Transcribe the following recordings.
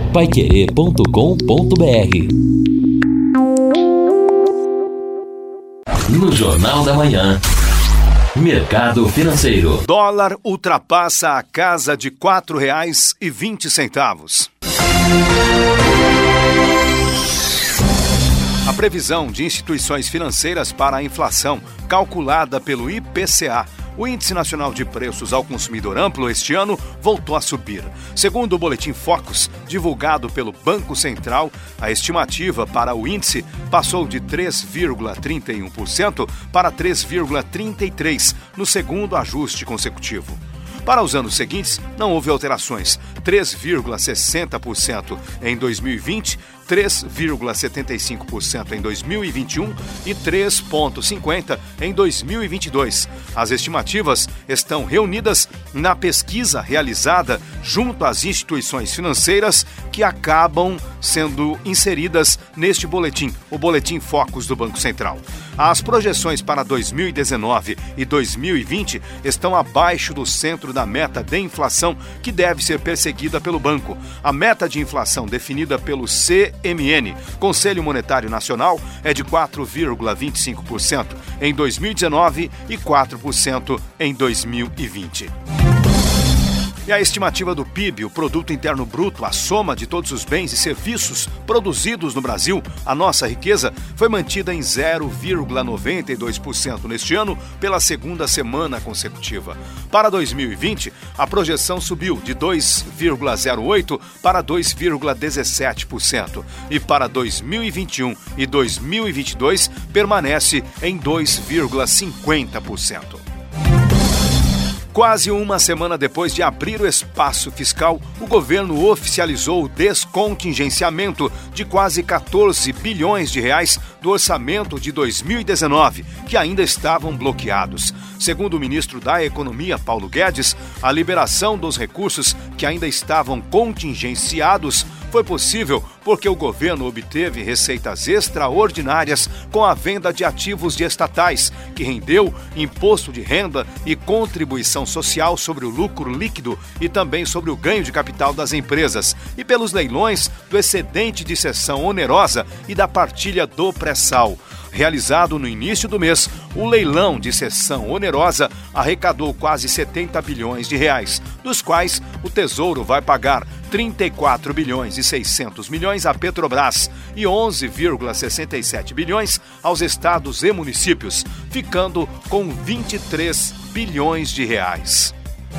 paiquerê.com.br. No Jornal da Manhã, mercado financeiro. Dólar ultrapassa a casa de R$ 4,20. A previsão de instituições financeiras para a inflação, calculada pelo IPCA, o Índice Nacional de Preços ao Consumidor Amplo, este ano, voltou a subir. Segundo o Boletim Focus, divulgado pelo Banco Central, a estimativa para o índice passou de 3,31% para 3,33% no segundo ajuste consecutivo. Para os anos seguintes, não houve alterações, 3,60% em 2020, 3,75% em 2021 e 3,50% em 2022. As estimativas estão reunidas na pesquisa realizada junto às instituições financeiras que acabam sendo inseridas neste boletim, o Boletim Focus do Banco Central. As projeções para 2019 e 2020 estão abaixo do centro da meta de inflação que deve ser perseguida pelo banco. A meta de inflação definida pelo CMN, Conselho Monetário Nacional, é de 4,25% em 2019 e 4% em 2020. E a estimativa do PIB, o Produto Interno Bruto, a soma de todos os bens e serviços produzidos no Brasil, a nossa riqueza, foi mantida em 0,92% neste ano pela segunda semana consecutiva. Para 2020, a projeção subiu de 2,08% para 2,17%. E para 2021 e 2022, permanece em 2,50%. Quase uma semana depois de abrir o espaço fiscal, o governo oficializou o descontingenciamento de quase 14 bilhões de reais do orçamento de 2019, que ainda estavam bloqueados. Segundo o ministro da Economia, Paulo Guedes, a liberação dos recursos que ainda estavam contingenciados foi possível porque o governo obteve receitas extraordinárias com a venda de ativos de estatais, que rendeu imposto de renda e contribuição social sobre o lucro líquido e também sobre o ganho de capital das empresas, e pelos leilões do excedente de cessão onerosa e da partilha do pré-sal. Realizado no início do mês, o leilão de cessão onerosa arrecadou quase 70 bilhões de reais, dos quais o Tesouro vai pagar 34 bilhões e 600 milhões à Petrobras e 11,67 bilhões aos estados e municípios, ficando com 23 bilhões de reais.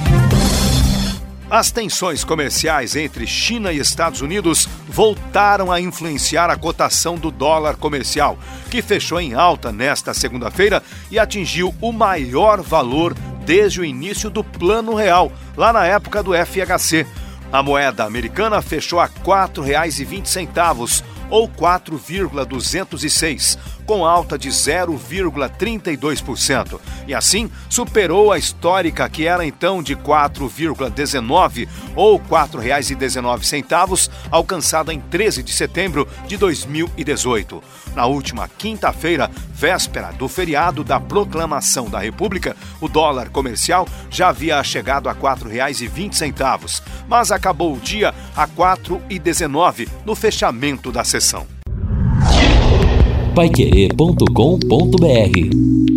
As tensões comerciais entre China e Estados Unidos voltaram a influenciar a cotação do dólar comercial, que fechou em alta nesta segunda-feira e atingiu o maior valor desde o início do Plano Real, lá na época do FHC. A moeda americana fechou a R$ 4,20, ou 4,206, com alta de 0,32%. E assim superou a histórica que era então de 4,19 ou R$ 4,19, alcançada em 13 de setembro de 2018. Na última quinta-feira, véspera do feriado da Proclamação da República, o dólar comercial já havia chegado a R$ 4,20, mas acabou o dia a R$ 4,19 no fechamento da sessão. paiquerê.com.br